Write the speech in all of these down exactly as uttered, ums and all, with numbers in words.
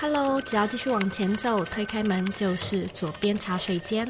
Hello， 只要继续往前走，推开门就是左边茶水间。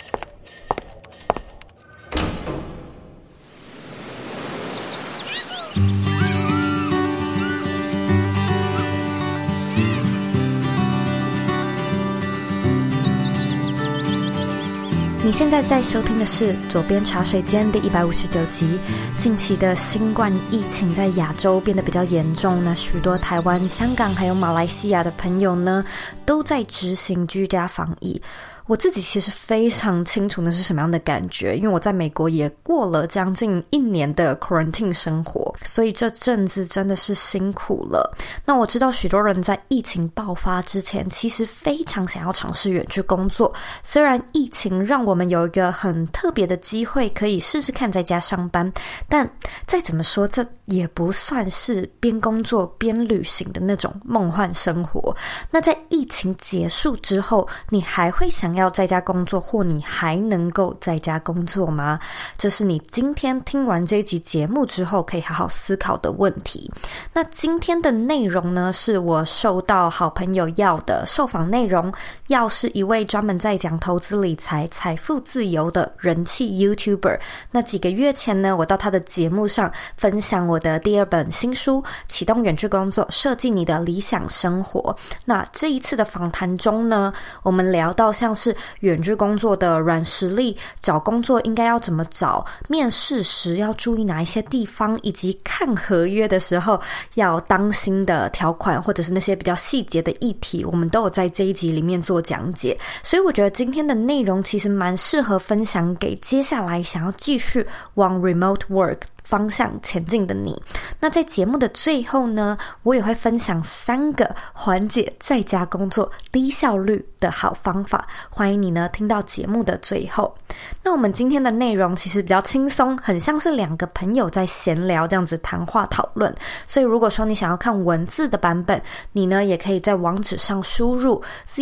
你现在在收听的是《左边茶水间》第一百五十九集。近期的新冠疫情在亚洲变得比较严重，那许多台湾、香港还有马来西亚的朋友呢，都在执行居家防疫。我自己其实非常清楚那是什么样的感觉，因为我在美国也过了将近一年的 quarantine 生活，所以这阵子真的是辛苦了。那我知道许多人在疫情爆发之前其实非常想要尝试远距工作，虽然疫情让我们有一个很特别的机会可以试试看在家上班，但再怎么说这也不算是边工作边旅行的那种梦幻生活。那在疫情结束之后，你还会想要在家工作，或你还能够在家工作吗？这是你今天听完这一集节目之后可以好好思考的问题。那今天的内容呢，是我受到好朋友耀的受访内容。耀是一位专门在讲投资理财、财富自由的人气 YouTuber。那几个月前呢，我到他的节目上分享我的第二本新书《启动远距工作，设计你的理想生活》。那这一次的访谈中呢，我们聊到像是远距工作的软实力，找工作应该要怎么找，面试时要注意哪一些地方，以及看合约的时候要当心的条款，或者是那些比较细节的议题，我们都有在这一集里面做讲解。所以我觉得今天的内容其实蛮适合分享给接下来想要继续往 remote work方向前进的你。那在节目的最后呢，我也会分享三个缓解在家工作低效率的好方法，欢迎你呢听到节目的最后。那我们今天的内容其实比较轻松，很像是两个朋友在闲聊这样子谈话讨论，所以如果说你想要看文字的版本，你呢也可以在网址上输入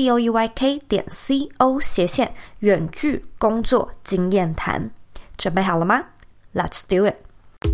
zoyk 点 co 斜线远距工作经验谈。准备好了吗？ Let's do it。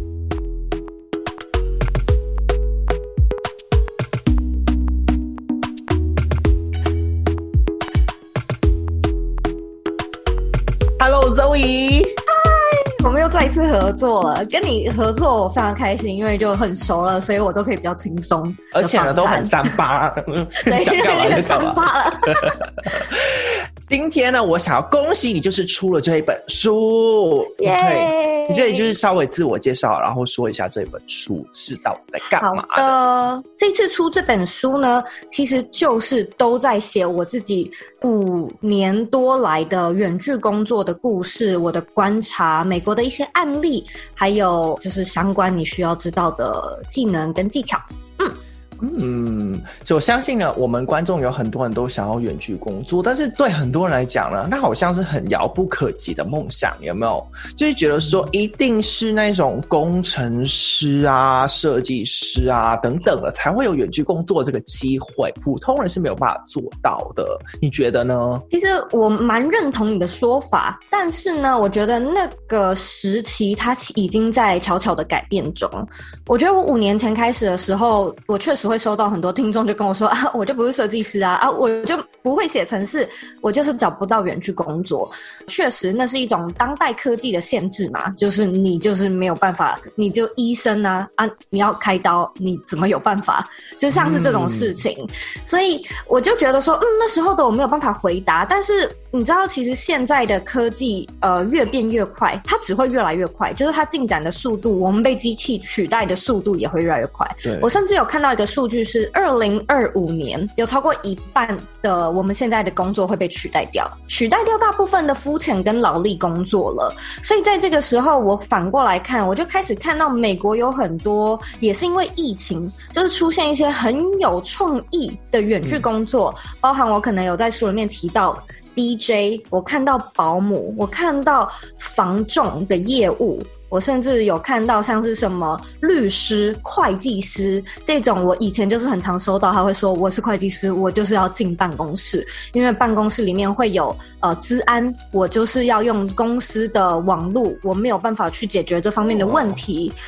Hello Zoe， 嗨，我们又再一次合作了。跟你合作我非常开心，因为就很熟了，所以我都可以比较轻松， 而且呢都很三八， 对， 想干嘛就干嘛。 三八了。 今天呢，我想要恭喜你，就是出了这一本书。 耶、 yeah! 你这里就是稍微自我介绍，然后说一下这本书是到底在干嘛的。 好的，这次出这本书呢，其实就是都在写我自己五年多来的远距工作的故事，我的观察，美国的一些案例，还有就是相关你需要知道的技能跟技巧。嗯。 嗯，就我相信呢，我们观众有很多人都想要远距工作，但是对很多人来讲呢，那好像是很遥不可及的梦想，有没有？就是觉得说一定是那种工程师啊、设计师啊等等的才会有远距工作这个机会，普通人是没有办法做到的。你觉得呢？ 其实我蛮认同你的说法，但是呢，我觉得那个时期它已经在悄悄的改变中。我觉得我五年前开始的时候，我确实会收到很多听众就跟我说啊，我就不是设计师啊，啊，我就不会写程式，我就是找不到远距工作。确实，那是一种当代科技的限制嘛，就是你就是没有办法，你就医生啊啊，你要开刀，你怎么有办法？就像是这种事情，嗯、所以我就觉得说，嗯，那时候的我没有办法回答。但是你知道，其实现在的科技呃越变越快，它只会越来越快，就是它进展的速度，我们被机器取代的速度也会越来越快。我甚至有看到一个数据是二零二五年有超过一半的我们现在的工作会被取代掉，取代掉大部分的肤浅跟劳力工作了。所以在这个时候，我反过来看，我就开始看到美国有很多也是因为疫情，就是出现一些很有创意的远距工作，嗯、包含我可能有在书里面提到D J， 我看到保姆，我看到房仲的业务，我甚至有看到像是什么律师、会计师这种，我以前就是很常收到，他会说我是会计师，我就是要进办公室，因为办公室里面会有呃资安，我就是要用公司的网路，我没有办法去解决这方面的问题。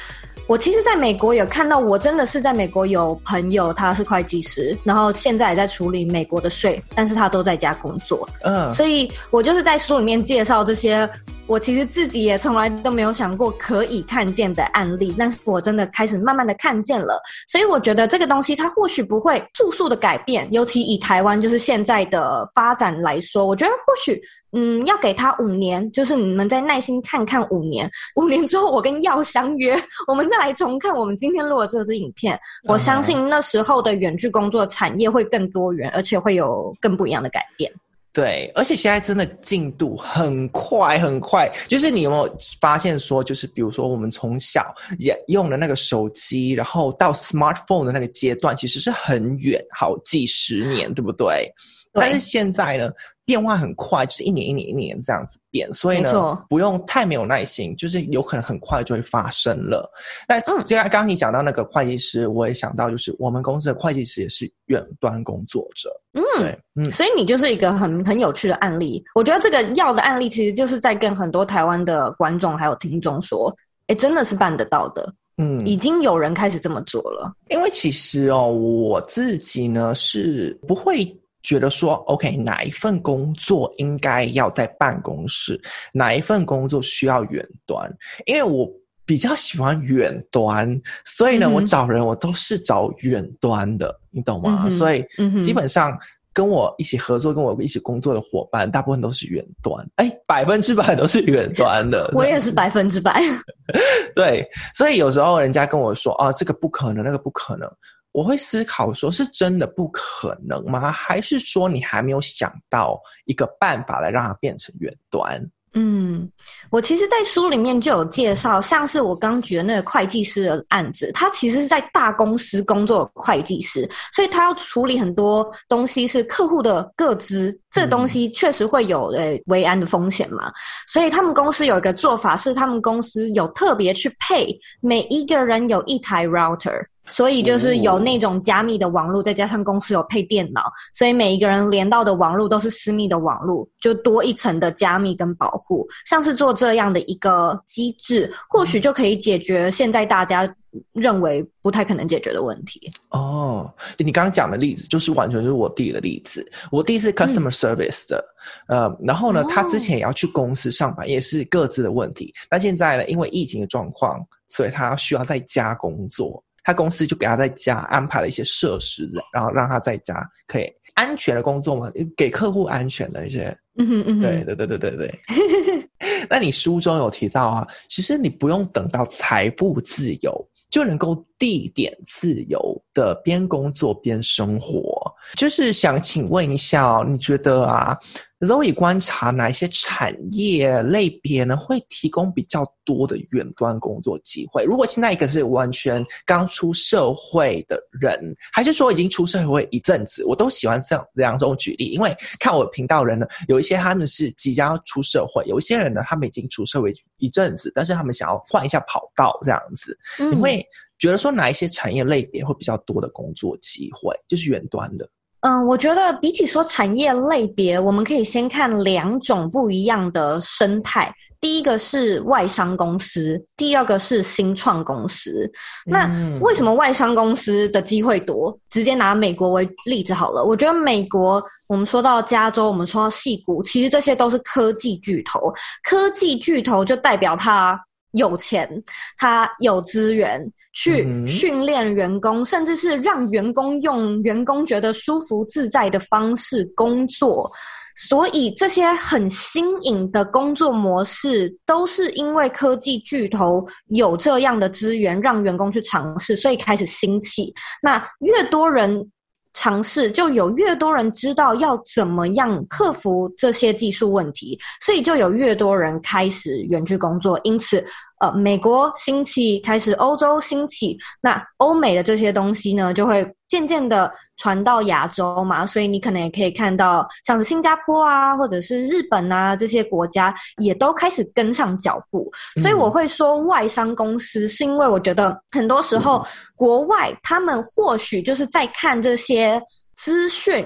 我其实在美国有看到，我真的是在美国有朋友他是会计师，然后现在也在处理美国的税，但是他都在家工作。嗯，所以我就是在书里面介绍这些我其实自己也从来都没有想过可以看见的案例，但是我真的开始慢慢的看见了。所以我觉得这个东西它或许不会速速的改变，尤其以台湾就是现在的发展来说，我觉得或许嗯要给他五年，就是你们再耐心看看五年，五年之后我跟耀相约，我们再来重看我们今天录的这支影片。我相信那时候的远距工作产业会更多元，而且会有更不一样的改变。 对，而且现在真的进度很快很快，就是你有没有发现说，就是比如说我们从小也用的那个手机，然后到 smartphone 的那个阶段其实是很远，好几十年，对不对？对。但是现在呢变化很快，就是一年一年一年这样子变，所以呢不用太没有耐心，就是有可能很快就会发生了。但就刚刚你讲到那个会计师，我也想到就是我们公司的会计师也是远端工作者。嗯，对，嗯， 所以你就是一个很很有趣的案例。我觉得这个要的案例其实就是在跟很多台湾的观众还有听众说，诶，真的是办得到的。嗯，已经有人开始这么做了。 因为其实哦，我自己呢是不会觉得说 OK 哪一份工作应该要在办公室，哪一份工作需要远端，因为我比较喜欢远端，所以呢、嗯、我找人我都是找远端的，你懂吗、嗯、所以基本上跟我一起合作跟我一起工作的伙伴大部分都是远端，哎，百分之百都是远端的。 我也是百分之百。 对，所以有时候人家跟我说啊，这个不可能那个不可能，我会思考说是真的不可能吗？还是说你还没有想到一个办法来让它变成远端？ 嗯，我其实在书里面就有介绍，像是我刚举的那个会计师的案子，他其实是在大公司工作的会计师，所以他要处理很多东西是客户的个资，这个东西确实会有呃维安的风险嘛，所以他们公司有一个做法是，他们公司有特别去配每一个人有一台 router。所以就是有那种加密的网络，再加上公司有配电脑，所以每一个人连到的网络都是私密的网络，就多一层的加密跟保护。像是做这样的一个机制，或许就可以解决现在大家认为不太可能解决的问题。 哦，你刚刚讲的例子就是完全就是我弟的例子。我弟是 customer service 的、嗯、呃，然后呢、哦、他之前也要去公司上班，也是各自的问题，但现在呢因为疫情的状况，所以他需要在家工作，他公司就给他在家安排了一些设施，然后让他在家可以安全的工作嘛，给客户安全的一些。嗯哼嗯哼，对对对对对对。那你书中有提到啊，其实你不用等到财富自由就能够地点自由的边工作边生活。就是想请问一下哦，你觉得啊 Zoe 观察哪一些产业类别呢会提供比较多的远端工作机会？如果现在一个是完全刚出社会的人，还是说已经出社会一阵子，我都喜欢这样两种举例，因为看我频道人呢，有一些他们是即将要出社会，有一些人呢他们已经出社会一阵子，但是他们想要换一下跑道这样子、嗯、你会觉得说哪一些产业类别会比较多的工作机会，就是远端的？ 嗯，我觉得比起说产业类别，我们可以先看两种不一样的生态。第一个是外商公司，第二个是新创公司。那为什么外商公司的机会多？直接拿美国为例子好了。我觉得美国，我们说到加州，我们说到矽谷，其实这些都是科技巨头。科技巨头就代表它有钱，他有资源去训练员工、嗯、甚至是让员工用员工觉得舒服自在的方式工作。所以这些很新颖的工作模式都是因为科技巨头有这样的资源让员工去尝试，所以开始兴起。那越多人尝试，就有越多人知道要怎么样克服这些技术问题，所以就有越多人开始远距工作。因此呃，美国兴起，开始欧洲兴起，那欧美的这些东西呢就会渐渐的传到亚洲嘛，所以你可能也可以看到像是新加坡啊或者是日本啊这些国家也都开始跟上脚步。所以我会说外商公司是因为我觉得很多时候国外他们或许就是在看这些资讯跟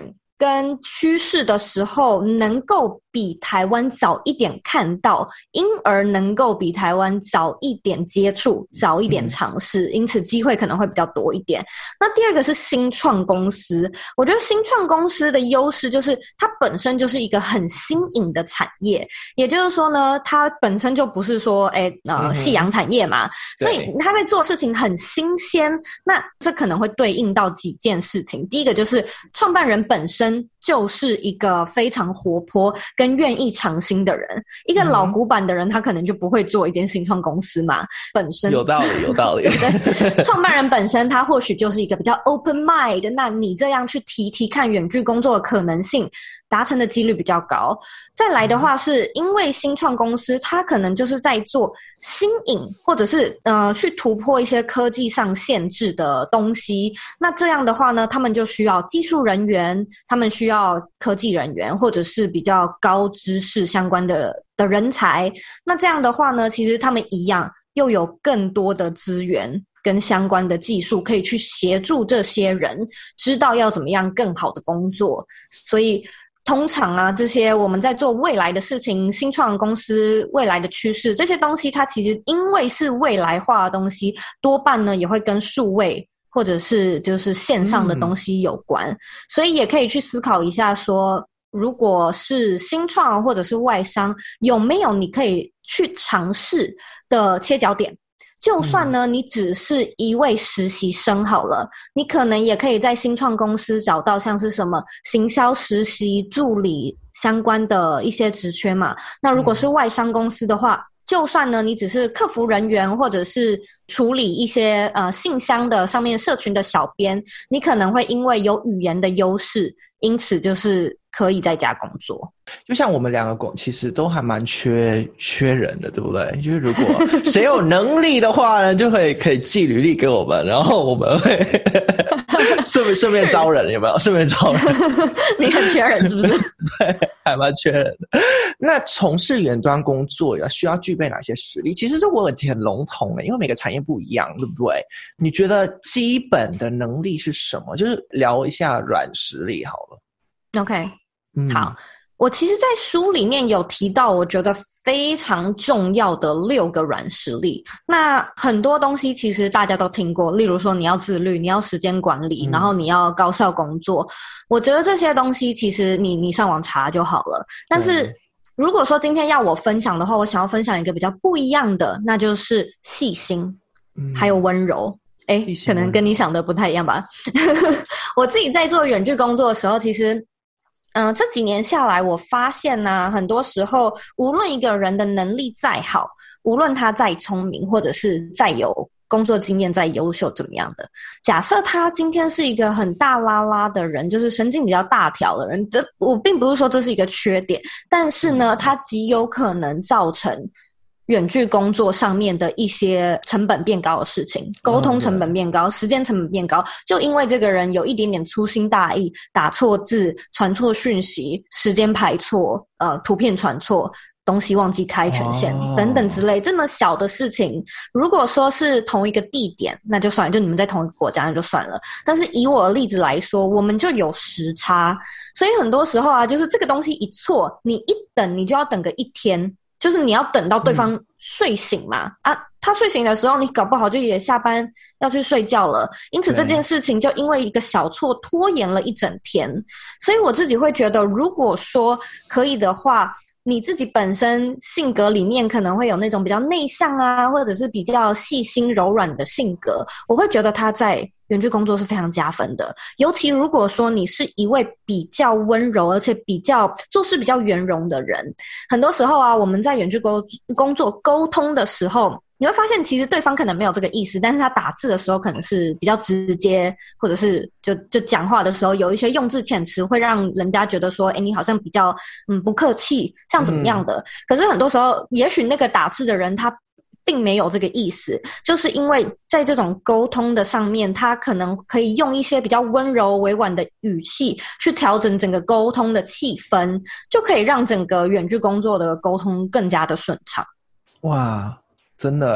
跟趋势的时候能够比台湾早一点看到，因而能够比台湾早一点接触，早一点尝试，因此机会可能会比较多一点。那第二个是新创公司，我觉得新创公司的优势就是它本身就是一个很新颖的产业，也就是说呢，它本身就不是说诶呃夕阳产业嘛，所以它在做事情很新鲜。那这可能会对应到几件事情，第一个就是创办人本身就是一个非常活泼跟愿意尝新的人，一个老古板的人他可能就不会做一间新创公司嘛，本身有道理有道理对，创办人本身他或许就是一个比较 open mind， 那你这样去提提看远距工作的可能性，达成的几率比较高。再来的话是因为新创公司它可能就是在做新颖或者是呃去突破一些科技上限制的东西，那这样的话呢，他们就需要技术人员，他们需要科技人员，或者是比较高知识相关的的人才。那这样的话呢，其实他们一样又有更多的资源跟相关的技术可以去协助这些人知道要怎么样更好的工作。所以通常啊，这些我们在做未来的事情，新创公司未来的趋势，这些东西它其实因为是未来化的东西，多半呢也会跟数位或者是就是线上的东西有关、嗯、所以也可以去思考一下说，如果是新创或者是外商，有没有你可以去尝试的切角点。就算呢你只是一位实习生好了，你可能也可以在新创公司找到像是什么行销实习助理相关的一些职缺嘛。那如果是外商公司的话，就算呢你只是客服人员或者是处理一些呃信箱的上面社群的小编，你可能会因为有语言的优势，因此就是可以在家工作。 就像我们两个工其实都还蛮缺缺人的，对不对？就是如果谁有能力的话呢，就会可以寄履历给我们，然后我们会顺便顺便招人，有没有？顺便招人。 你很缺人是不是？ 对，还蛮缺人的。那从事远端工作要需要具备哪些实力？其实这个问题很笼统的，因为每个产业不一样，对不对？你觉得基本的能力是什么？就是聊一下软实力好了。 OK，、 嗯、 好。我其实在书里面有提到我觉得非常重要的六个软实力，那很多东西其实大家都听过，例如说你要自律，你要时间管理、嗯、然后你要高效工作，我觉得这些东西其实你你上网查就好了。但是如果说今天要我分享的话，我想要分享一个比较不一样的，那就是细心、嗯、还有温柔。诶，可能跟你想的不太一样吧。我自己在做远距工作的时候，其实嗯、呃，这几年下来，我发现呢、啊，很多时候，无论一个人的能力再好，无论他再聪明，或者是再有工作经验、再优秀，怎么样的，假设他今天是一个很大拉拉的人，就是神经比较大条的人，这我并不是说这是一个缺点，但是呢，他极有可能造成远距工作上面的一些成本变高的事情，沟通成本变高，时间成本变高，就因为这个人有一点点粗心大意，打错字，传错讯息，时间排错，呃，图片传错，东西忘记开权限、哦、等等之类，这么小的事情，如果说是同一个地点，那就算了，就你们在同一个国家那就算了。但是以我的例子来说，我们就有时差，所以很多时候啊，就是这个东西一错，你一等你就要等个一天。就是你要等到对方睡醒嘛、嗯、啊，他睡醒的时候你搞不好就也下班要去睡觉了，因此这件事情就因为一个小错拖延了一整天。所以我自己会觉得，如果说可以的话，你自己本身性格里面可能会有那种比较内向啊，或者是比较细心柔软的性格，我会觉得他在远距工作是非常加分的。尤其如果说你是一位比较温柔而且比较做事比较圆融的人，很多时候啊，我们在远距工作沟通的时候，你会发现其实对方可能没有这个意思，但是他打字的时候可能是比较直接，或者是就就讲话的时候有一些用字遣词会让人家觉得说，诶，你好像比较嗯不客气，像怎么样的、嗯、可是很多时候也许那个打字的人他并没有这个意思，就是因为在这种沟通的上面，他可能可以用一些比较温柔委婉的语气去调整整个沟通的气氛，就可以让整个远距工作的沟通更加的顺畅。 哇，真的耶，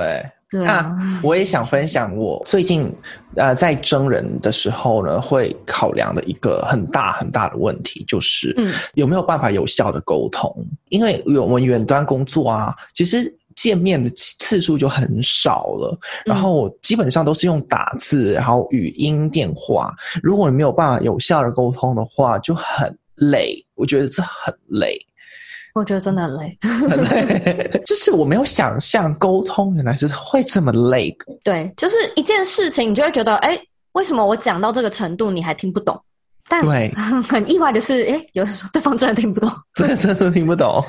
对啊， 那我也想分享我最近呃在征人的时候呢，会考量的一个很大很大的问题，就是有没有办法有效的沟通。因为我们远端工作啊，其实见面的次数就很少了，然后我基本上都是用打字，然后语音电话。如果你没有办法有效的沟通的话，就很累。我觉得这很累。 我觉得真的很累， 很累，就是我没有想象沟通原来是会这么累。 对，就是一件事情，你就会觉得，哎，为什么我讲到这个程度你还听不懂？但对， 很意外的是，哎，有的时候对方真的听不懂， 真的真的听不懂。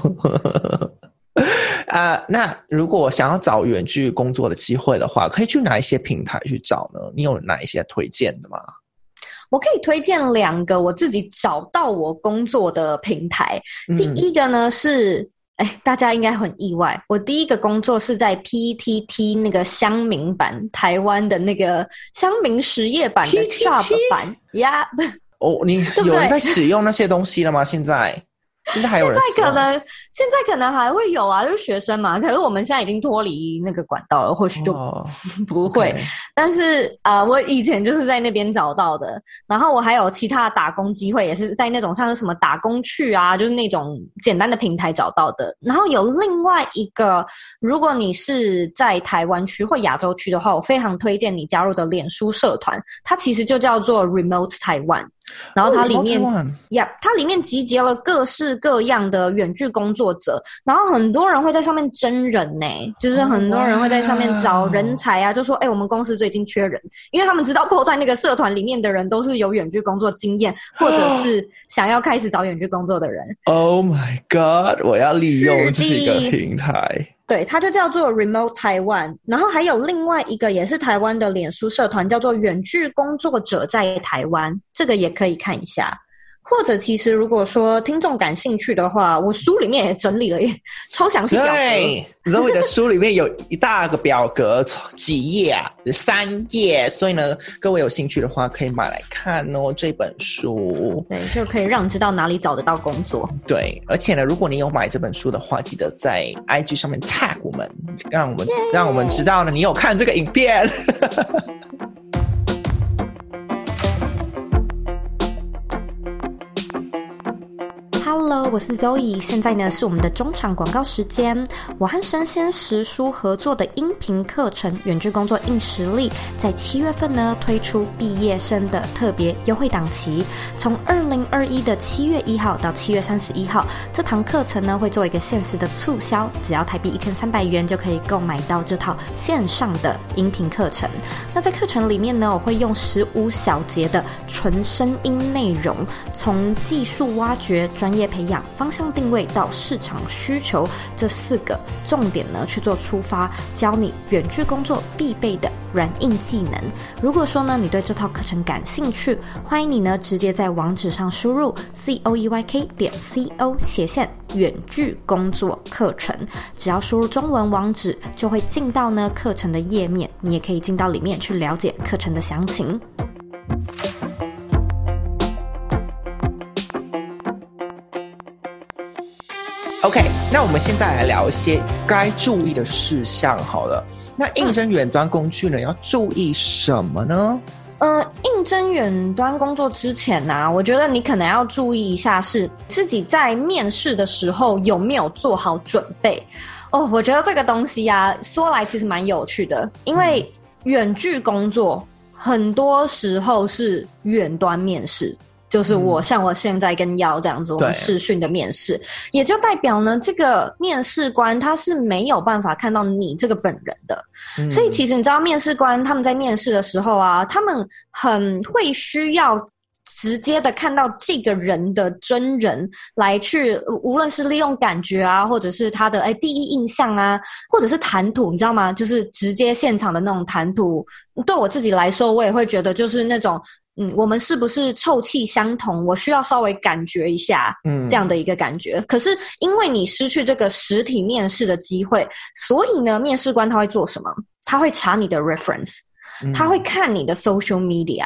啊、呃，那如果想要找远距工作的机会的话，可以去哪一些平台去找呢？你有哪一些推荐的吗？ 我可以推荐两个我自己找到我工作的平台。嗯、第一个呢是，哎，大家应该很意外，我第一个工作是在 P T T 那个乡民版，台湾的那个乡民实业版的 job 版呀。Yeah 哦，你有人在使用那些东西了吗？现在？现在还有人现在可能现在可能还会有啊，就是学生嘛。可是我们现在已经脱离那个管道了，或许就不会。Oh, okay. 但是啊、呃，我以前就是在那边找到的。然后我还有其他的打工机会，也是在那种像是什么打工去啊，就是那种简单的平台找到的。然后有另外一个，如果你是在台湾区或亚洲区的话，我非常推荐你加入的脸书社团，它其实就叫做 Remote Taiwan。然后它里面呀， yeah, 它里面集结了各式各样的远距工作者，然后很多人会在上面征人呢，就是很多人会在上面找人才啊，就说哎、欸，我们公司最近缺人，因为他们知道 po 在那个社团里面的人都是有远距工作经验，或者是想要开始找远距工作的人。 Oh my god！ 我要利用这个平台。 对，它就叫做 Remote Taiwan， 然后还有另外一个也是台湾的脸书社团，叫做远距工作者在台湾，这个也可以看一下。或者其实如果说听众感兴趣的话，我书里面也整理了耶，超详细表格。 对 Zoe 的书里面有一大个表格，几页啊，三页，所以呢，各位有兴趣的话可以买来看哦，这本书。 对，就可以让你知道哪里找得到工作。 对，而且呢，如果你有买这本书的话，记得在 I G 上面 tag 我们，让我们、yeah. 让我们知道呢，你有看这个影片。 Hello， 我是 Zoe， 现在呢是我们的中场广告时间。我和生鲜时书合作的音频课程《远距工作硬实力》在七月份呢推出毕业生的特别优惠档期，从二零二一的七月一号到七月三十一号，这堂课程呢会做一个限时的促销，只要台币一千三百元就可以购买到这套线上的音频课程。那在课程里面呢，我会用十五小节的纯声音内容，从技术挖掘、专业培养、方向定位到市场需求这四个重点呢去做出发，教你远距工作必备的软硬技能。如果说呢你对这套课程感兴趣，欢迎你呢直接在网址上输入 zoeyk 点 co 斜线远距工作课程，只要输入中文网址就会进到呢课程的页面，你也可以进到里面去了解课程的详情。 OK， 那我们现在来聊一些该注意的事项好了。那应征远端工具呢，要注意什么呢？ 呃，应征远端工作之前呢、啊，我觉得你可能要注意一下，是自己在面试的时候有没有做好准备。哦，我觉得这个东西啊，说来其实蛮有趣的，因为远距工作很多时候是远端面试。就是我、嗯、像我现在跟耀这样子，我们视讯的面试，也就代表呢，这个面试官他是没有办法看到你这个本人的。嗯、所以其实你知道，面试官他们在面试的时候啊，他们很会需要直接的看到这个人的真人来去，无论是利用感觉啊，或者是他的哎第一印象啊，或者是谈吐，你知道吗？就是直接现场的那种谈吐。对我自己来说，我也会觉得就是那种。嗯，我们是不是臭气相同？我需要稍微感觉一下，嗯，这样的一个感觉。可是因为你失去这个实体面试的机会，所以呢，面试官他会做什么？他会查你的 reference，、嗯、他会看你的 social media，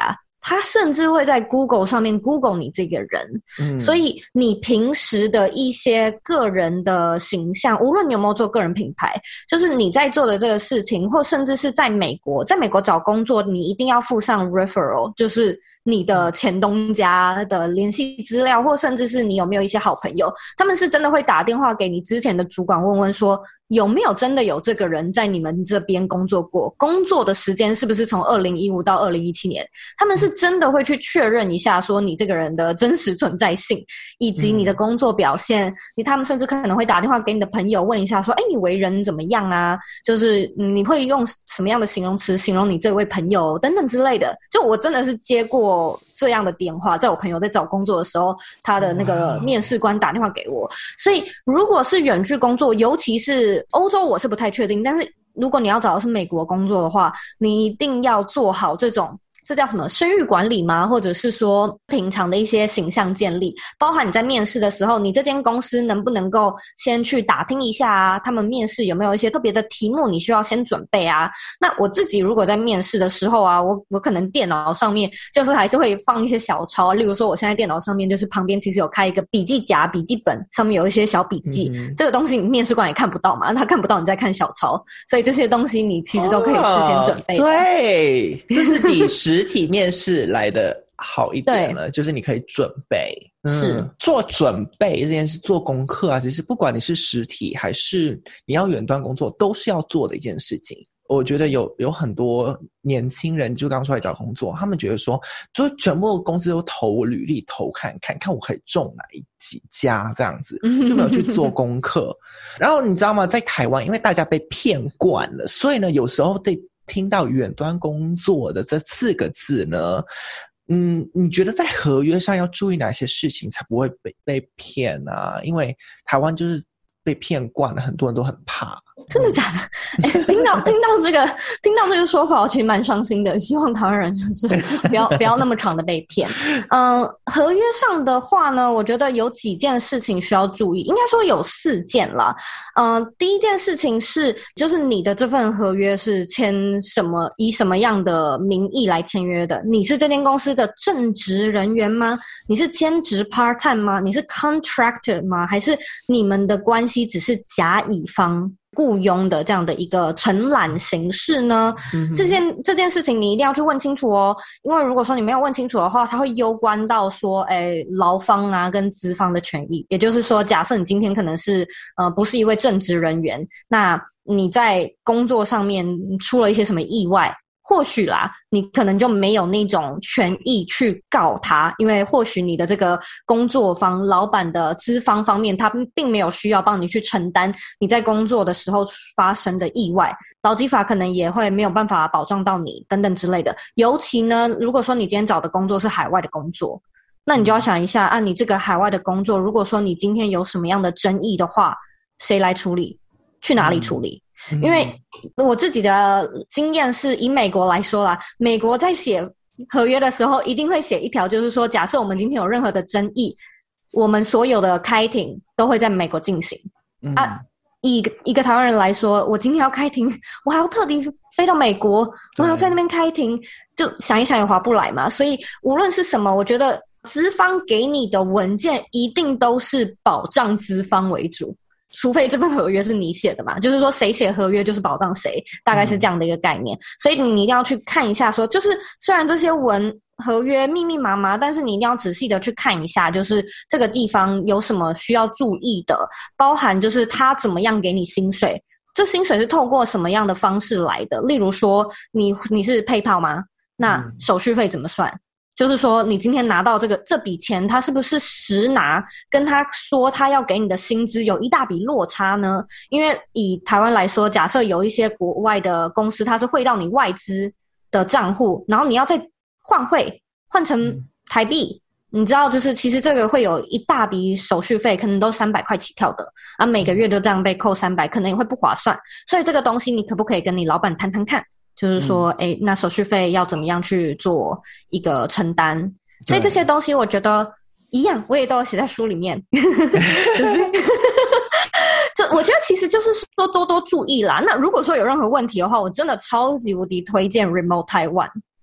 他甚至会在 Google 上面 Google 你这个人，嗯，所以你平时的一些个人的形象，无论你有没有做个人品牌，就是你在做的这个事情，或甚至是在美国，在美国找工作，你一定要附上 referral， 就是你的前东家的联系资料，或甚至是你有没有一些好朋友，他们是真的会打电话给你之前的主管问问说，有没有真的有这个人在你们这边工作过，工作的时间是不是从二零一五到二零一七年，他们是真的会去确认一下说你这个人的真实存在性，以及你的工作表现，你他们甚至可能会打电话给你的朋友问一下说，哎，你为人怎么样啊，就是你会用什么样的形容词形容你这位朋友等等之类的。就我真的是接过这样的电话，在我朋友在找工作的时候，他的那个面试官打电话给我。所以如果是远距工作，尤其是欧洲，我是不太确定，但是如果你要找的是美国工作的话，你一定要做好这种，这叫什么声誉管理吗？或者是说平常的一些形象建立，包含你在面试的时候，你这间公司能不能够先去打听一下啊，他们面试有没有一些特别的题目你需要先准备啊。那我自己如果在面试的时候啊，我我可能电脑上面就是还是会放一些小抄，例如说我现在电脑上面就是旁边其实有开一个笔记夹，笔记本上面有一些小笔记，嗯，这个东西你面试官也看不到嘛，他看不到你在看小抄，所以这些东西你其实都可以事先准备的。 哦，对，这是比实体面试来的好一点了，就是你可以准备， 是， 嗯，做准备这件事，做功课啊，其实不管你是实体还是你要远端工作，都是要做的一件事情。我觉得有有很多年轻人就刚出来找工作，他们觉得说，就全部公司都投履历投看看看我可以中哪一几家这样子，就没有去做功课。然后你知道吗，在台湾因为大家被骗惯了，所以呢有时候得听到远端工作的这四个字呢，嗯，你觉得在合约上要注意哪些事情才不会被被骗啊？因为台湾就是被骗惯了，很多人都很怕。 真的假的？欸，听到听到这个听到这个说法，我其实蛮伤心的。希望台湾人就是不要不要那么长的被骗。嗯，呃，合约上的话呢，我觉得有几件事情需要注意，应该说有四件啦。嗯，呃，第一件事情是，就是你的这份合约是签什么，以什么样的名义来签约的？你是这间公司的正职人员吗？你是兼职 part time 吗？你是 contractor 吗？还是你们的关系只是甲乙方雇佣的这样的一个承揽形式呢？嗯，这件这件事情你一定要去问清楚哦，因为如果说你没有问清楚的话，它会攸关到说，诶，劳方啊跟资方的权益。也就是说，假设你今天可能是呃不是一位正职人员，那你在工作上面出了一些什么意外，或许啦，你可能就没有那种权益去告他，因为或许你的这个工作方老板的资方方面，他并没有需要帮你去承担你在工作的时候发生的意外，劳基法可能也会没有办法保障到你等等之类的。尤其呢，如果说你今天找的工作是海外的工作，那你就要想一下，啊，你这个海外的工作，如果说你今天有什么样的争议的话，谁来处理？去哪里处理？嗯，因为我自己的经验是，以美国来说啦，美国在写合约的时候一定会写一条，就是说假设我们今天有任何的争议，我们所有的开庭都会在美国进行。嗯，啊，以一个台湾人来说，我今天要开庭，我还要特地飞到美国，我还要在那边开庭，就想一想也划不来嘛。所以无论是什么，我觉得资方给你的文件一定都是保障资方为主，除非这份合约是你写的嘛，就是说谁写合约就是保障谁，大概是这样的一个概念。嗯，所以你一定要去看一下说，就是虽然这些文合约密密麻麻，但是你一定要仔细的去看一下，就是这个地方有什么需要注意的，包含就是他怎么样给你薪水，这薪水是透过什么样的方式来的，例如说你你是 PayPal 吗？那手续费怎么算？就是说你今天拿到这个这笔钱，他是不是实拿，跟他说他要给你的薪资有一大笔落差呢？因为以台湾来说，假设有一些国外的公司，它是汇到你外资的账户，然后你要再换汇换成台币，嗯，你知道就是其实这个会有一大笔手续费，可能都三百块起跳的啊，每个月就这样被扣三百，可能也会不划算。所以这个东西你可不可以跟你老板谈谈看，就是说，嗯，诶，那手续费要怎么样去做一个承担？所以这些东西我觉得一样，我也都有写在书里面。就是就我觉得其实就是说多多注意啦。那如果说有任何问题的话，我真的超级无敌推荐 Remote Taiwan。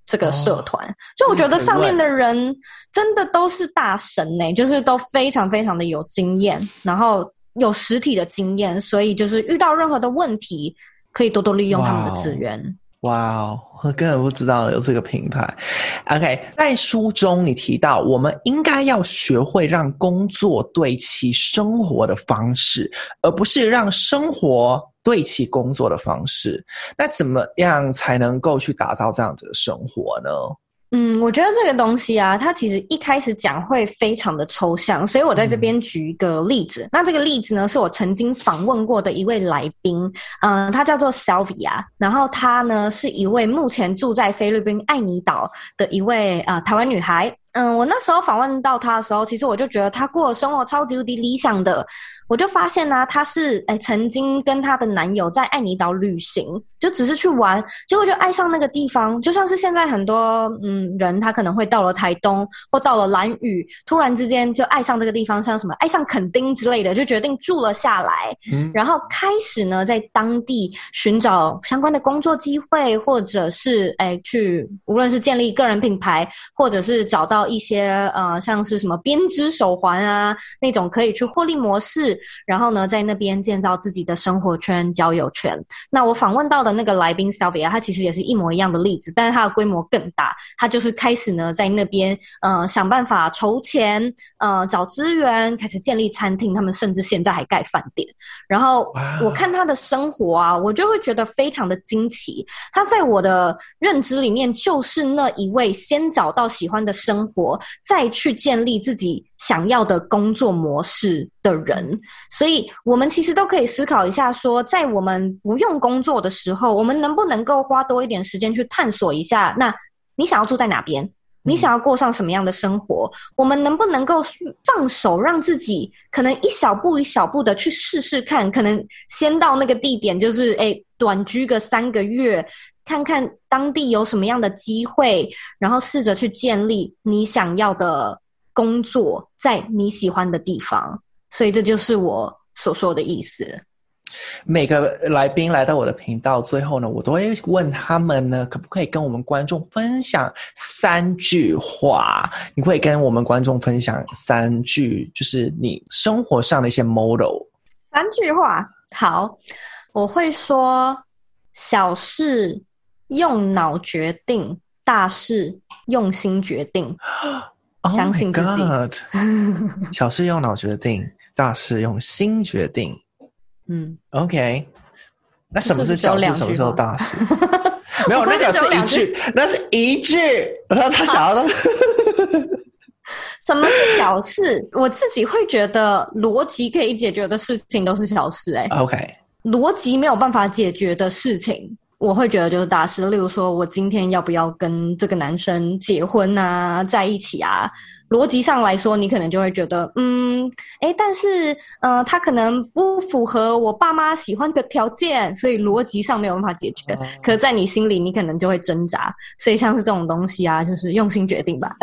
这个社团，哦，就我觉得上面的人真的都是大神欸，嗯，就是都非常非常的有经验，然后有实体的经验，所以就是遇到任何的问题可以多多利用他们的资源。 哇哦，我根本不知道有这个平台。 OK， 在书中你提到我们应该要学会让工作对齐生活的方式，而不是让生活对齐工作的方式。那怎么样才能够去打造这样子的生活呢？ 嗯，我觉得这个东西啊，它其实一开始讲会非常的抽象，所以我在这边举一个例子。嗯，那这个例子呢，是我曾经访问过的一位来宾，嗯、呃，他叫做 Sylvia， 然后他呢是一位目前住在菲律宾爱尼岛的一位呃台湾女孩。嗯，我那时候访问到她的时候，其实我就觉得她过的生活超级无敌理想的。我就发现呢、啊，她是诶曾经跟她的男友在爱尼岛旅行，就只是去玩，结果就爱上那个地方。就像是现在很多嗯人，他可能会到了台东或到了兰屿，突然之间就爱上这个地方，像什么爱上垦丁之类的，就决定住了下来。嗯，然后开始呢在当地寻找相关的工作机会，或者是诶去无论是建立个人品牌，或者是找到一些呃像是什么编织手环啊那种可以去获利模式，然后呢在那边建造自己的生活圈交友圈。那我访问到的那个来宾 Sylvia， 他其实也是一模一样的例子，但是他的规模更大。他就是开始呢在那边呃想办法筹钱，呃找资源，开始建立餐厅，他们甚至现在还盖饭店。然后我看他的生活啊，我就会觉得非常的惊奇。他在我的认知里面就是那一位先找到喜欢的生活，再去建立自己想要的工作模式的人。所以我们其实都可以思考一下说，在我们不用工作的时候，我们能不能够花多一点时间去探索一下，那你想要住在哪边，你想要过上什么样的生活，我们能不能够放手让自己可能一小步一小步的去试试看，可能先到那个地点就是诶短居个三个月，看看当地有什么样的机会，然后试着去建立你想要的工作在你喜欢的地方。所以这就是我所说的意思。 每个来宾来到我的频道最后呢，我都会问他们呢，可不可以跟我们观众分享三句话？你可以跟我们观众分享三句，就是你生活上的一些 model。 三句话，好，我会说：小事用脑决定，大事用心决定。相信自己。 Oh my God 小事用脑决定，大事用心决定。嗯 OK， 那什么是小事，什么是大事？没有，那个是一句，那是一句。然后他想要的什么是小事？我自己会觉得逻辑可以解决的事情都是小事。欸 OK， 逻辑没有办法解决的事情，我会觉得就是大事。例如说我今天要不要跟这个男生结婚啊，在一起啊，逻辑上来说你可能就会觉得嗯诶但是呃他可能不符合我爸妈喜欢的条件，所以逻辑上没有办法解决。oh. 可在你心里你可能就会挣扎。所以像是这种东西啊，就是用心决定吧。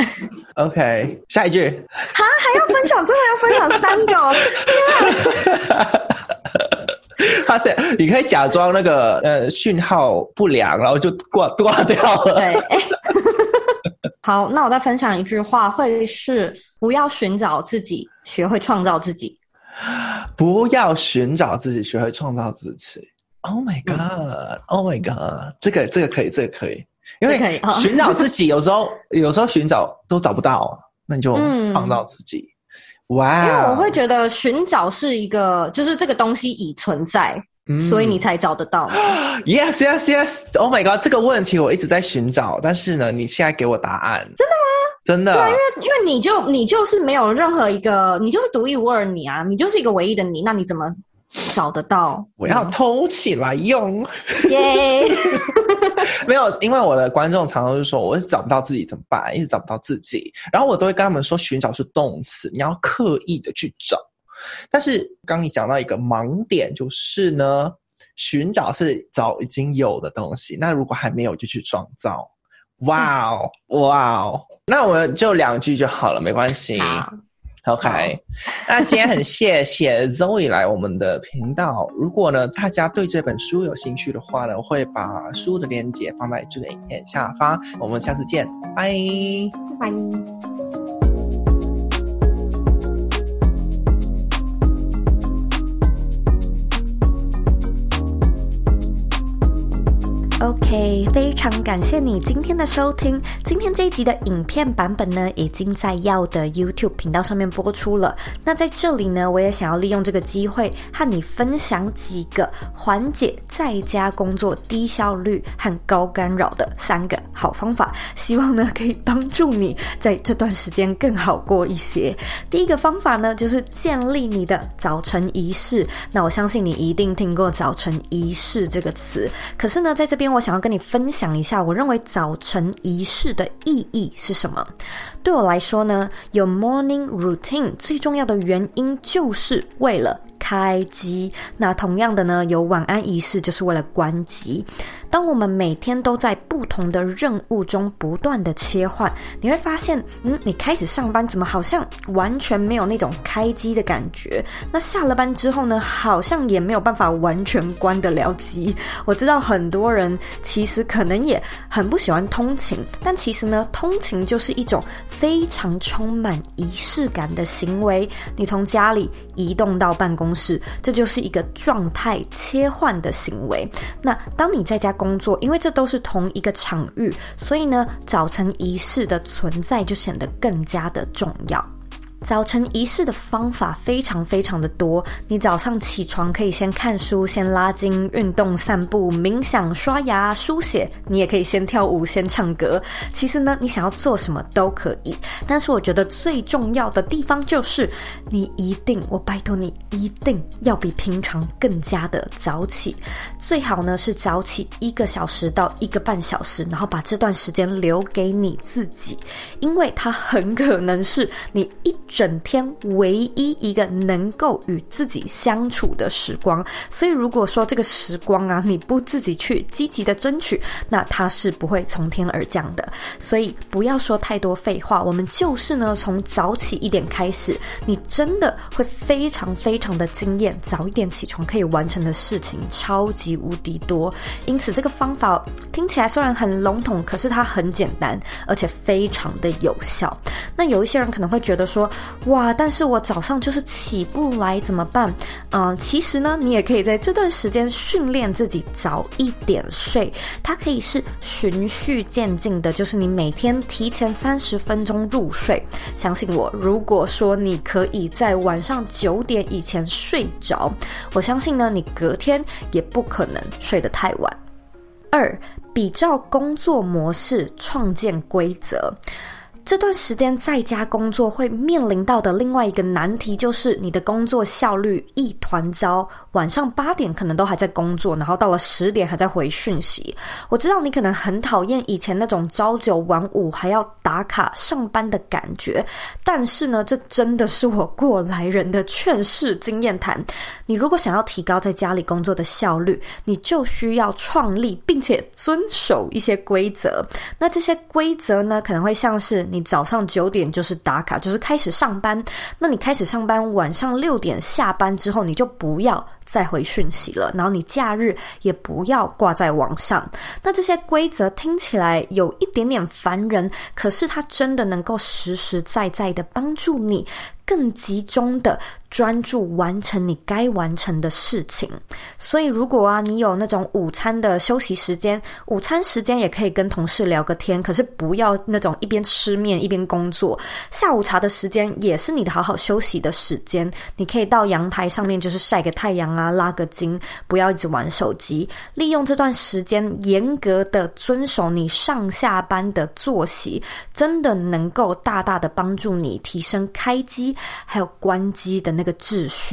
OK， 下一句。 哈，还要分享，真的要分享三个哦。天啊。 他是你可以假装那个呃讯号不良，然后就挂挂掉了。 对。好，那我再分享一句话，会是不要寻找自己，学会创造自己。 不要寻找自己，学会创造自己。Oh my god、嗯、Oh my god， 这个这个可以，这个可以。因为寻找自己有时候有时候寻找都找不到，那你就创造自己。哇、嗯 wow ！ 因为我会觉得寻找是一个，就是这个东西已存在。嗯、所以你才找得到。 Yes, yes, yes. Oh my god， 这个问题我一直在寻找，但是呢，你现在给我答案。 真的吗？ 真的。 对啊，因为因为你就你就是没有任何一个，你就是独一无二你啊，你就是一个唯一的你，那你怎么找得到？ 我要偷起来用。 耶！ 没有，因为我的观众常常就说，我找不到自己怎么办？一直找不到自己，然后我都会跟他们说，寻找是动词，你要刻意的去找。但是刚你讲到一个盲点，就是呢，寻找是找已经有的东西，那如果还没有就去创造。哇哦哇哦，那我就两句就好了，没关系。 OK， 那今天很谢谢 Zoe 来我们的频道。如果呢大家对这本书有兴趣的话呢，我会把书的链接放在这个影片下方。我们下次见，拜拜。OK， 非常感谢你今天的收听。今天这一集的影片版本呢，已经在耀的 YouTube 频道上面播出了。那在这里呢，我也想要利用这个机会和你分享几个缓解在家工作低效率和高干扰的三个好方法，希望呢可以帮助你在这段时间更好过一些。第一个方法呢，就是建立你的早晨仪式。那我相信你一定听过早晨仪式这个词，可是呢，在这边我想要跟你分享一下，我认为早晨仪式的意义是什么。对我来说呢，有 morning routine 最重要的原因就是为了开机。那同样的呢，有晚安仪式就是为了关机。当我们每天都在不同的任务中不断的切换，你会发现嗯，你开始上班怎么好像完全没有那种开机的感觉，那下了班之后呢，好像也没有办法完全关得了机。我知道很多人其实可能也很不喜欢通勤，但其实呢，通勤就是一种非常充满仪式感的行为。你从家里移动到办公室，这就是一个状态切换的行为。那当你在家工作，因为这都是同一个场域，所以呢，早晨仪式的存在就显得更加的重要。早晨仪式的方法非常非常的多，你早上起床可以先看书，先拉筋，运动，散步，冥想，刷牙，书写，你也可以先跳舞，先唱歌。其实呢，你想要做什么都可以，但是我觉得最重要的地方就是你一定，我拜托你一定要比平常更加的早起，最好呢是早起一个小时到一个半小时，然后把这段时间留给你自己，因为它很可能是你一整天唯一一个能够与自己相处的时光。所以如果说这个时光啊，你不自己去积极的争取，那它是不会从天而降的。所以不要说太多废话，我们就是呢从早起一点开始，你真的会非常非常的惊艳，早一点起床可以完成的事情超级无敌多。因此这个方法听起来虽然很笼统，可是它很简单，而且非常的有效。那有一些人可能会觉得说，哇，但是我早上就是起不来怎么办？嗯，其实呢，你也可以在这段时间训练自己早一点睡。它可以是循序渐进的，就是你每天提前三十分钟入睡。相信我，如果说你可以在晚上九点以前睡着，我相信呢，你隔天也不可能睡得太晚。二，比照工作模式，创建规则。这段时间在家工作会面临到的另外一个难题，就是你的工作效率一团糟，晚上八点可能都还在工作，然后到了十点还在回讯息。我知道你可能很讨厌以前那种朝九晚五还要打卡上班的感觉，但是呢，这真的是我过来人的劝世经验谈。你如果想要提高在家里工作的效率，你就需要创立并且遵守一些规则。那这些规则呢，可能会像是你早上九点就是打卡，就是开始上班。那你开始上班，晚上六点下班之后，你就不要再回讯息了，然后你假日也不要挂在网上。那这些规则听起来有一点点烦人，可是它真的能够实实在在的帮助你更集中的专注完成你该完成的事情。所以如果啊，你有那种午餐的休息时间，午餐时间也可以跟同事聊个天，可是不要那种一边吃面一边工作。下午茶的时间也是你的好好休息的时间，你可以到阳台上面就是晒个太阳啊，拉个筋，不要一直玩手机。利用这段时间严格的遵守你上下班的作息，真的能够大大的帮助你提升开机还有关机的那个秩序。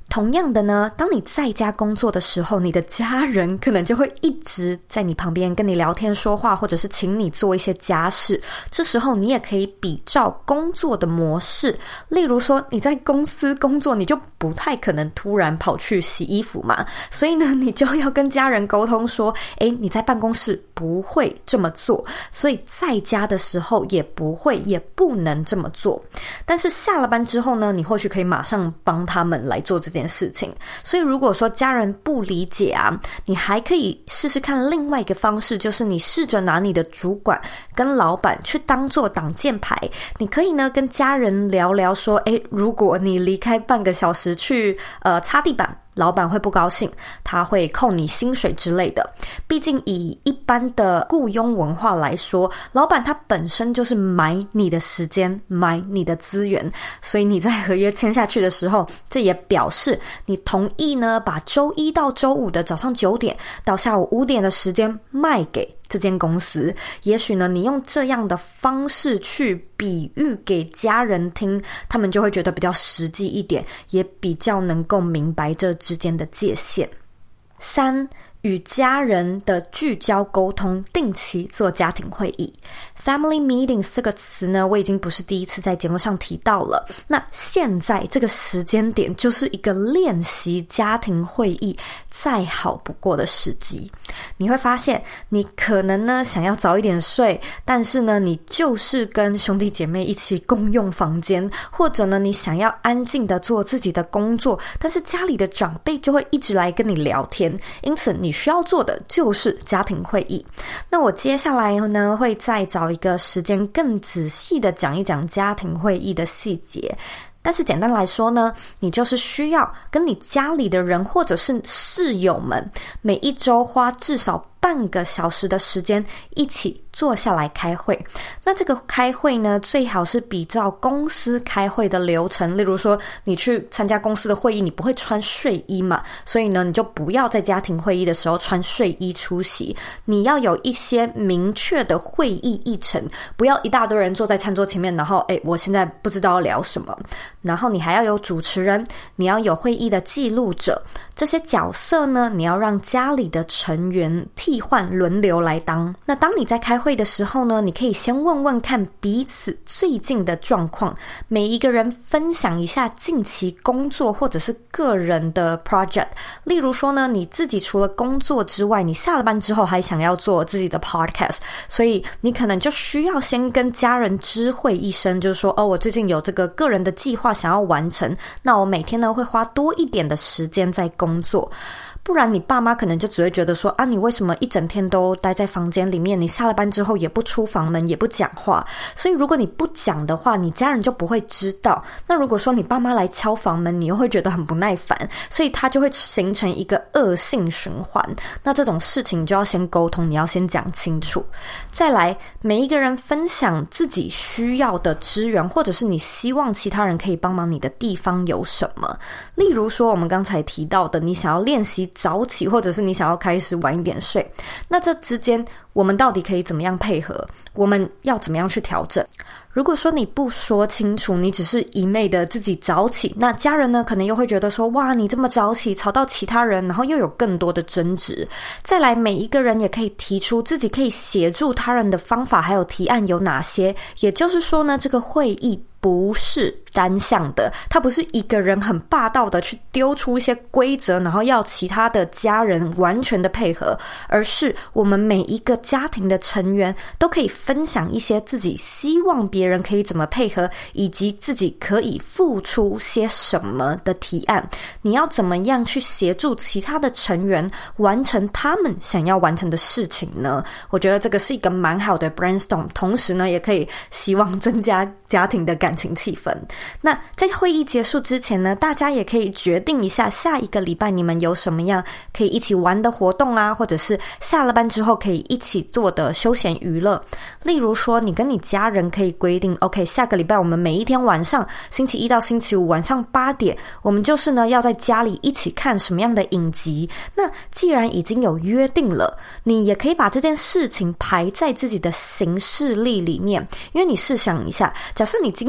同样的呢，当你在家工作的时候，你的家人可能就会一直在你旁边跟你聊天说话，或者是请你做一些家事。这时候你也可以比照工作的模式，例如说你在公司工作，你就不太可能突然跑去洗衣服嘛，所以呢，你就要跟家人沟通说，诶，你在办公室不会这么做，所以在家的时候也不会也不能这么做。但是下了班之后呢，你或许可以马上帮他们来做这件事情。所以如果说家人不理解啊，你还可以试试看另外一个方式，就是你试着拿你的主管跟老板去当做挡箭牌。你可以呢跟家人聊聊说，诶，如果你离开半个小时去呃擦地板，老板会不高兴，他会扣你薪水之类的。毕竟以一般的雇佣文化来说，老板他本身就是买你的时间，买你的资源，所以你在合约签下去的时候，这也表示你同意呢把周一到周五的早上九点到下午五点的时间卖给这间公司。也许呢，你用这样的方式去比喻给家人听，他们就会觉得比较实际一点，也比较能够明白这之间的界限。三，与家人的聚焦沟通，定期做家庭会议。Family meetings 这个词呢，我已经不是第一次在节目上提到了。那现在这个时间点就是一个练习家庭会议再好不过的时机。你会发现，你可能呢想要早一点睡，但是呢你就是跟兄弟姐妹一起共用房间，或者呢你想要安静的做自己的工作，但是家里的长辈就会一直来跟你聊天，因此你需要做的就是家庭会议。那我接下来呢会再找一个时间更仔细的讲一讲家庭会议的细节。但是简单来说呢，你就是需要跟你家里的人或者是室友们每一周花至少半个小时的时间一起坐下来开会。那这个开会呢，最好是比照公司开会的流程。例如说你去参加公司的会议，你不会穿睡衣嘛，所以呢你就不要在家庭会议的时候穿睡衣出席。你要有一些明确的会议议程，不要一大堆人坐在餐桌前面，然后诶我现在不知道要聊什么。然后你还要有主持人，你要有会议的记录者，这些角色呢，你要让家里的成员替换轮流来当。那当你在开会的时候呢，你可以先问问看彼此最近的状况，每一个人分享一下近期工作或者是个人的 project。 例如说呢，你自己除了工作之外，你下了班之后还想要做自己的 podcast， 所以你可能就需要先跟家人知会一声，就是说哦，我最近有这个个人的计划想要完成，那我每天呢会花多一点的时间在工作。不然你爸妈可能就只会觉得说啊，你为什么一整天都待在房间里面，你下了班之后也不出房门也不讲话。所以如果你不讲的话，你家人就不会知道。那如果说你爸妈来敲房门，你又会觉得很不耐烦，所以它就会形成一个恶性循环。那这种事情就要先沟通，你要先讲清楚。再来，每一个人分享自己需要的资源，或者是你希望其他人可以帮忙你的地方有什么。例如说我们刚才提到的，你想要练习早起，或者是你想要开始晚一点睡，那这之间我们到底可以怎么样配合？我们要怎么样去调整？如果说你不说清楚，你只是一昧的自己早起，那家人呢可能又会觉得说哇，你这么早起吵到其他人，然后又有更多的争执。再来，每一个人也可以提出自己可以协助他人的方法还有提案有哪些。也就是说呢，这个会议不是单向的，他不是一个人很霸道的去丢出一些规则，然后要其他的家人完全的配合，而是我们每一个家庭的成员都可以分享一些自己希望别人可以怎么配合，以及自己可以付出些什么的提案。你要怎么样去协助其他的成员完成他们想要完成的事情呢？我觉得这个是一个蛮好的 brainstorm， 同时呢也可以希望增加家庭的感情气氛。那在会议结束之前呢，大家也可以决定一下下一个礼拜你们有什么样可以一起玩的活动啊，或者是下了班之后可以一起做的休闲娱乐。例如说你跟你家人可以规定 OK， 下个礼拜我们每一天晚上星期一到星期五晚上八点，我们就是呢要在家里一起看什么样的影集。那既然已经有约定了，你也可以把这件事情排在自己的行事历里面。因为你试想一下，假设你今天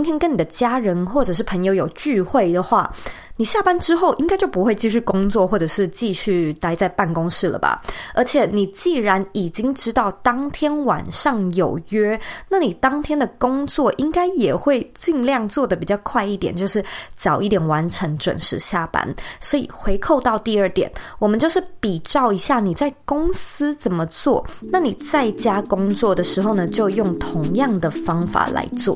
天跟你的家人或者是朋友有聚会的话，你下班之后应该就不会继续工作或者是继续待在办公室了吧。而且你既然已经知道当天晚上有约，那你当天的工作应该也会尽量做得比较快一点，就是早一点完成，准时下班。所以回扣到第二点，我们就是比照一下你在公司怎么做，那你在家工作的时候呢，就用同样的方法来做。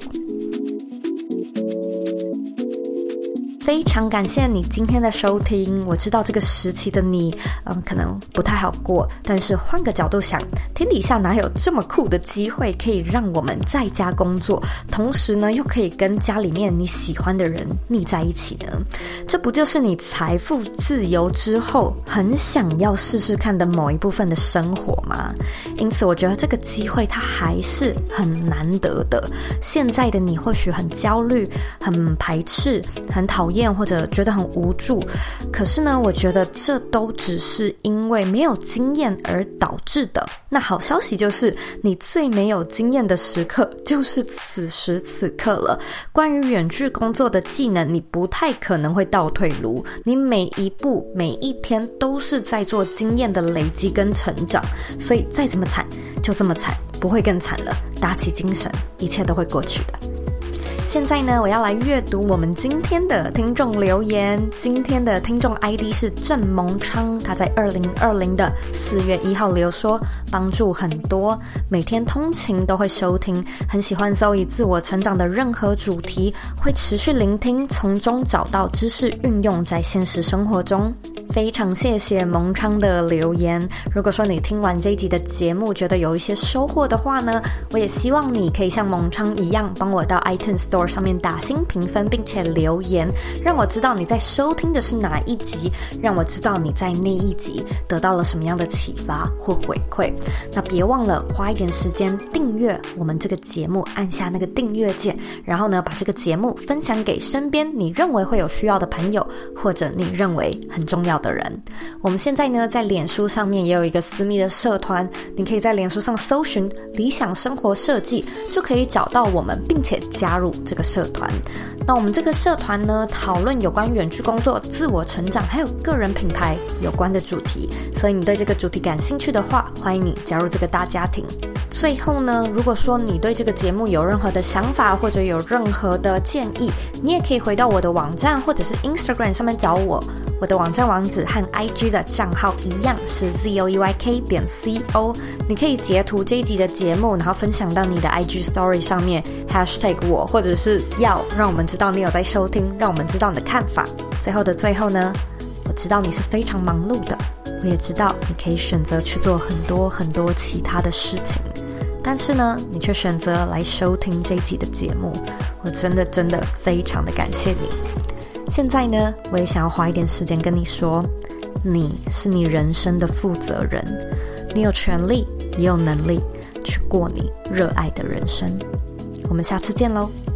非常感谢你今天的收听，我知道这个时期的你嗯，可能不太好过，但是换个角度想，天底下哪有这么酷的机会可以让我们在家工作，同时呢又可以跟家里面你喜欢的人腻在一起呢？这不就是你财富自由之后很想要试试看的某一部分的生活吗？因此我觉得这个机会它还是很难得的。现在的你或许很焦虑，很排斥，很讨厌，或者觉得很无助，可是呢我觉得这都只是因为没有经验而导致的。那好消息就是你最没有经验的时刻就是此时此刻了。关于远距工作的技能，你不太可能会倒退路，你每一步每一天都是在做经验的累积跟成长，所以再怎么惨就这么惨，不会更惨了，打起精神，一切都会过去的。现在呢，我要来阅读我们今天的听众留言。今天的听众 I D 是郑蒙昌，他在二零二零的四月一号留说，帮助很多，每天通勤都会收听，很喜欢 Zoe 自我成长的任何主题，会持续聆听，从中找到知识运用在现实生活中。非常谢谢蒙昌的留言。如果说你听完这一集的节目觉得有一些收获的话呢，我也希望你可以像蒙昌一样，帮我到 iTunes Store 上面打星评分，并且留言，让我知道你在收听的是哪一集，让我知道你在那一集得到了什么样的启发或回馈。那别忘了花一点时间订阅我们这个节目，按下那个订阅键，然后呢把这个节目分享给身边你认为会有需要的朋友，或者你认为很重要的人。我们现在呢在脸书上面也有一个私密的社团，你可以在脸书上搜寻理想生活设计，就可以找到我们，并且加入这个社团。那我们这个社团呢，讨论有关远距工作、自我成长还有个人品牌有关的主题，所以你对这个主题感兴趣的话，欢迎你加入这个大家庭。最后呢，如果说你对这个节目有任何的想法，或者有任何的建议，你也可以回到我的网站或者是 Instagram 上面找我。我的网站网址和 I G 的账号一样，是 zoeyk 点 co。 你可以截图这一集的节目，然后分享到你的 I G Story 上面 hashtag 我，或者是要让我们知道你有在收听，让我们知道你的看法。最后的最后呢，我知道你是非常忙碌的，我也知道你可以选择去做很多很多其他的事情，但是呢你却选择来收听这一集的节目，我真的真的非常的感谢你。现在呢，我也想要花一点时间跟你说，你是你人生的负责人，你有权利也有能力去过你热爱的人生。我们下次见咯。